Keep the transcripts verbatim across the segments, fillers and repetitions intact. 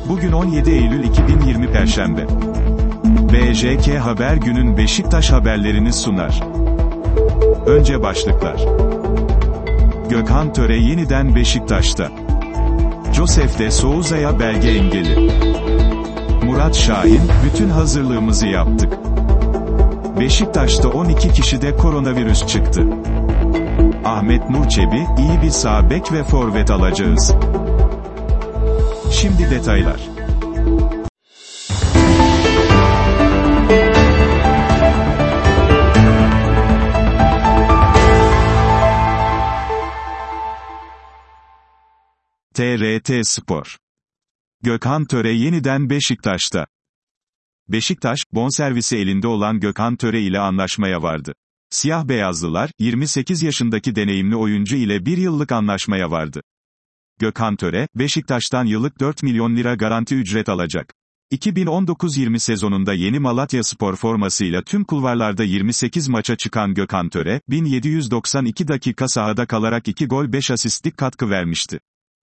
Bugün on yedi Eylül iki bin yirmi Perşembe. B J K Haber günün Beşiktaş haberlerini sunar. Önce başlıklar. Gökhan Töre yeniden Beşiktaş'ta. Josef de Souza'ya belge engeli. Murat Şahin, bütün hazırlığımızı yaptık. Beşiktaş'ta on iki kişide koronavirüs çıktı. Ahmet Nur Çebi, iyi bir sağ bek ve forvet alacağız. Şimdi detaylar. T R T Spor. Gökhan Töre yeniden Beşiktaş'ta. Beşiktaş, bonservisi elinde olan Gökhan Töre ile anlaşmaya vardı. Siyah beyazlılar, yirmi sekiz yaşındaki deneyimli oyuncu ile bir yıllık anlaşmaya vardı. Gökhan Töre, Beşiktaş'tan yıllık dört milyon lira garanti ücret alacak. iki bin on dokuz yirmi sezonunda yeni Malatyaspor formasıyla tüm kulvarlarda yirmi sekiz maça çıkan Gökhan Töre, bin yedi yüz doksan iki dakika sahada kalarak iki gol beş asistlik katkı vermişti.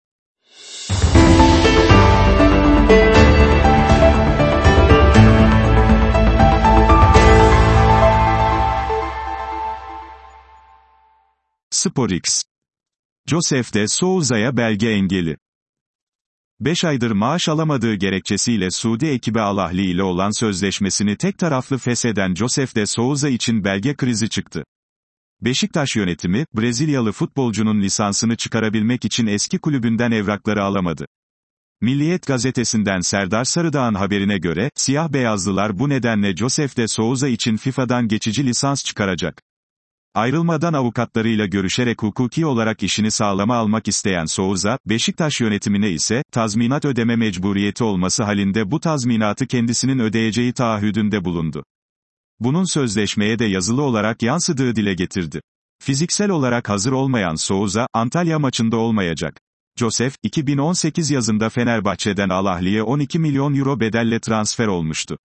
SporX. Josef de Souza'ya belge engeli. beş aydır maaş alamadığı gerekçesiyle Suudi ekibi Al Ahly ile olan sözleşmesini tek taraflı fesheden Josef de Souza için belge krizi çıktı. Beşiktaş yönetimi, Brezilyalı futbolcunun lisansını çıkarabilmek için eski kulübünden evrakları alamadı. Milliyet gazetesinden Serdar Sarıdağ'ın haberine göre, siyah beyazlılar bu nedenle Josef de Souza için FIFA'dan geçici lisans çıkaracak. Ayrılmadan avukatlarıyla görüşerek hukuki olarak işini sağlama almak isteyen Souza, Beşiktaş yönetimine ise, tazminat ödeme mecburiyeti olması halinde bu tazminatı kendisinin ödeyeceği taahhüdünde bulundu. Bunun sözleşmeye de yazılı olarak yansıdığı dile getirdi. Fiziksel olarak hazır olmayan Souza, Antalya maçında olmayacak. Josef, iki bin on sekiz yazında Fenerbahçe'den Al Ahly'ye on iki milyon euro bedelle transfer olmuştu.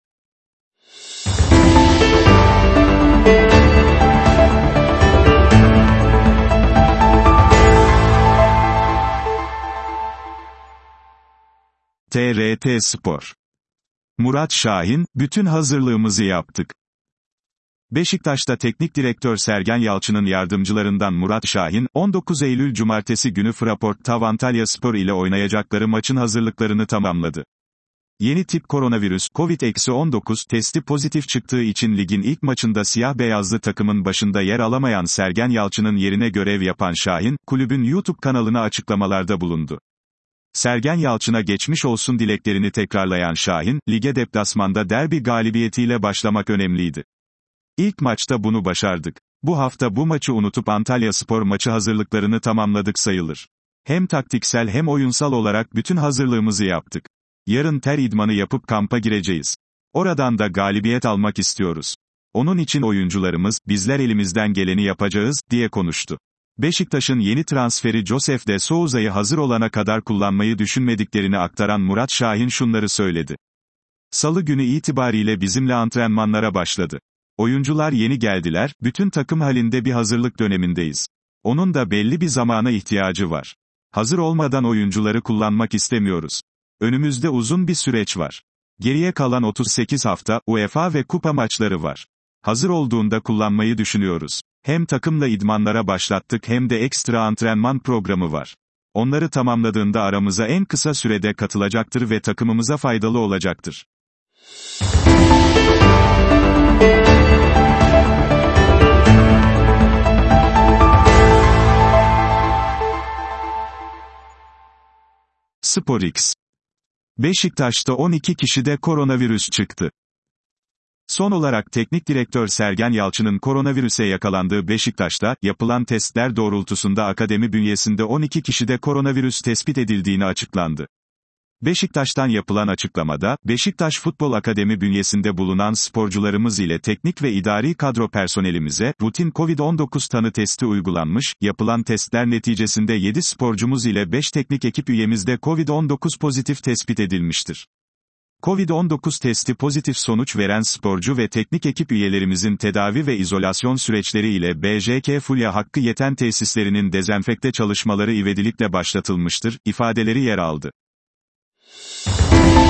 T R T Spor. Murat Şahin, bütün hazırlığımızı yaptık. Beşiktaş'ta teknik direktör Sergen Yalçın'ın yardımcılarından Murat Şahin, on dokuz Eylül Cumartesi günü Fraport Tav Antalyaspor ile oynayacakları maçın hazırlıklarını tamamladı. Yeni tip koronavirüs, Covid on dokuz testi pozitif çıktığı için ligin ilk maçında siyah beyazlı takımın başında yer alamayan Sergen Yalçın'ın yerine görev yapan Şahin, kulübün YouTube kanalına açıklamalarda bulundu. Sergen Yalçın'a geçmiş olsun dileklerini tekrarlayan Şahin, lige deplasmanda derbi galibiyetiyle başlamak önemliydi. İlk maçta bunu başardık. Bu hafta bu maçı unutup Antalyaspor maçı hazırlıklarını tamamladık sayılır. Hem taktiksel hem oyunsal olarak bütün hazırlığımızı yaptık. Yarın ter idmanı yapıp kampa gireceğiz. Oradan da galibiyet almak istiyoruz. Onun için oyuncularımız, bizler elimizden geleni yapacağız, diye konuştu. Beşiktaş'ın yeni transferi Josef de Souza'yı hazır olana kadar kullanmayı düşünmediklerini aktaran Murat Şahin şunları söyledi. Salı günü itibariyle bizimle antrenmanlara başladı. Oyuncular yeni geldiler, bütün takım halinde bir hazırlık dönemindeyiz. Onun da belli bir zamana ihtiyacı var. Hazır olmadan oyuncuları kullanmak istemiyoruz. Önümüzde uzun bir süreç var. Geriye kalan otuz sekiz hafta, UEFA ve kupa maçları var. Hazır olduğunda kullanmayı düşünüyoruz. Hem takımla idmanlara başlattık hem de ekstra antrenman programı var. Onları tamamladığında aramıza en kısa sürede katılacaktır ve takımımıza faydalı olacaktır. SporX. Beşiktaş'ta on iki kişide koronavirüs çıktı. Son olarak teknik direktör Sergen Yalçın'ın koronavirüse yakalandığı Beşiktaş'ta, yapılan testler doğrultusunda akademi bünyesinde on iki kişide koronavirüs tespit edildiğini açıklandı. Beşiktaş'tan yapılan açıklamada, Beşiktaş Futbol Akademi bünyesinde bulunan sporcularımız ile teknik ve idari kadro personelimize, rutin Covid on dokuz tanı testi uygulanmış, yapılan testler neticesinde yedi sporcumuz ile beş teknik ekip üyemizde Covid on dokuz pozitif tespit edilmiştir. Covid on dokuz testi pozitif sonuç veren sporcu ve teknik ekip üyelerimizin tedavi ve izolasyon süreçleri ile B J K Fulya Hakkı Yeten tesislerinin dezenfekte çalışmaları ivedilikle başlatılmıştır, ifadeleri yer aldı.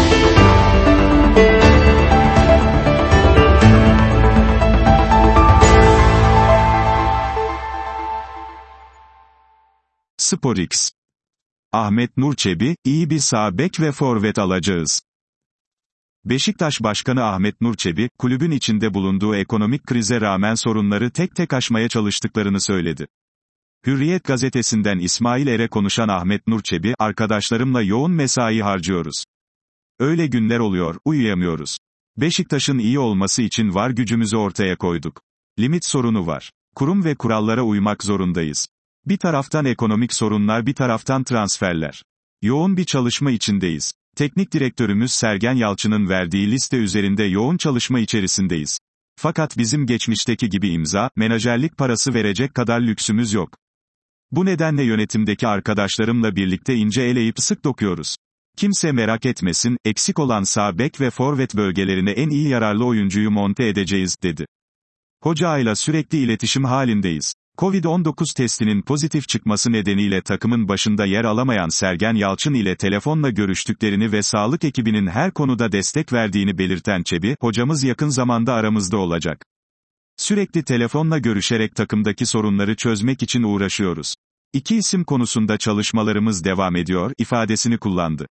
Sporix. Ahmet Nur Çebi, iyi bir sağ bek ve forvet alacağız. Beşiktaş Başkanı Ahmet Nur Çebi, kulübün içinde bulunduğu ekonomik krize rağmen sorunları tek tek aşmaya çalıştıklarını söyledi. Hürriyet gazetesinden İsmail Er'e konuşan Ahmet Nur Çebi, arkadaşlarımla yoğun mesai harcıyoruz. Öyle günler oluyor, uyuyamıyoruz. Beşiktaş'ın iyi olması için var gücümüzü ortaya koyduk. Limit sorunu var. Kurum ve kurallara uymak zorundayız. Bir taraftan ekonomik sorunlar, bir taraftan transferler. Yoğun bir çalışma içindeyiz. Teknik direktörümüz Sergen Yalçın'ın verdiği liste üzerinde yoğun çalışma içerisindeyiz. Fakat bizim geçmişteki gibi imza, menajerlik parası verecek kadar lüksümüz yok. Bu nedenle yönetimdeki arkadaşlarımla birlikte ince eleyip sık dokuyoruz. Kimse merak etmesin, eksik olan sağ bek ve forvet bölgelerine en iyi yararlı oyuncuyu monte edeceğiz, dedi. Hocayla sürekli iletişim halindeyiz. kovid on dokuz testinin pozitif çıkması nedeniyle takımın başında yer alamayan Sergen Yalçın ile telefonla görüştüklerini ve sağlık ekibinin her konuda destek verdiğini belirten Çebi, hocamız yakın zamanda aramızda olacak. Sürekli telefonla görüşerek takımdaki sorunları çözmek için uğraşıyoruz. İki isim konusunda çalışmalarımız devam ediyor, ifadesini kullandı.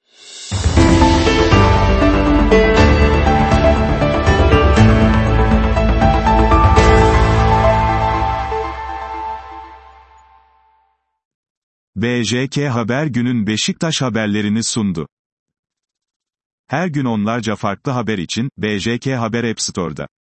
B J K Haber günün Beşiktaş haberlerini sundu. Her gün onlarca farklı haber için, B J K Haber App Store'da.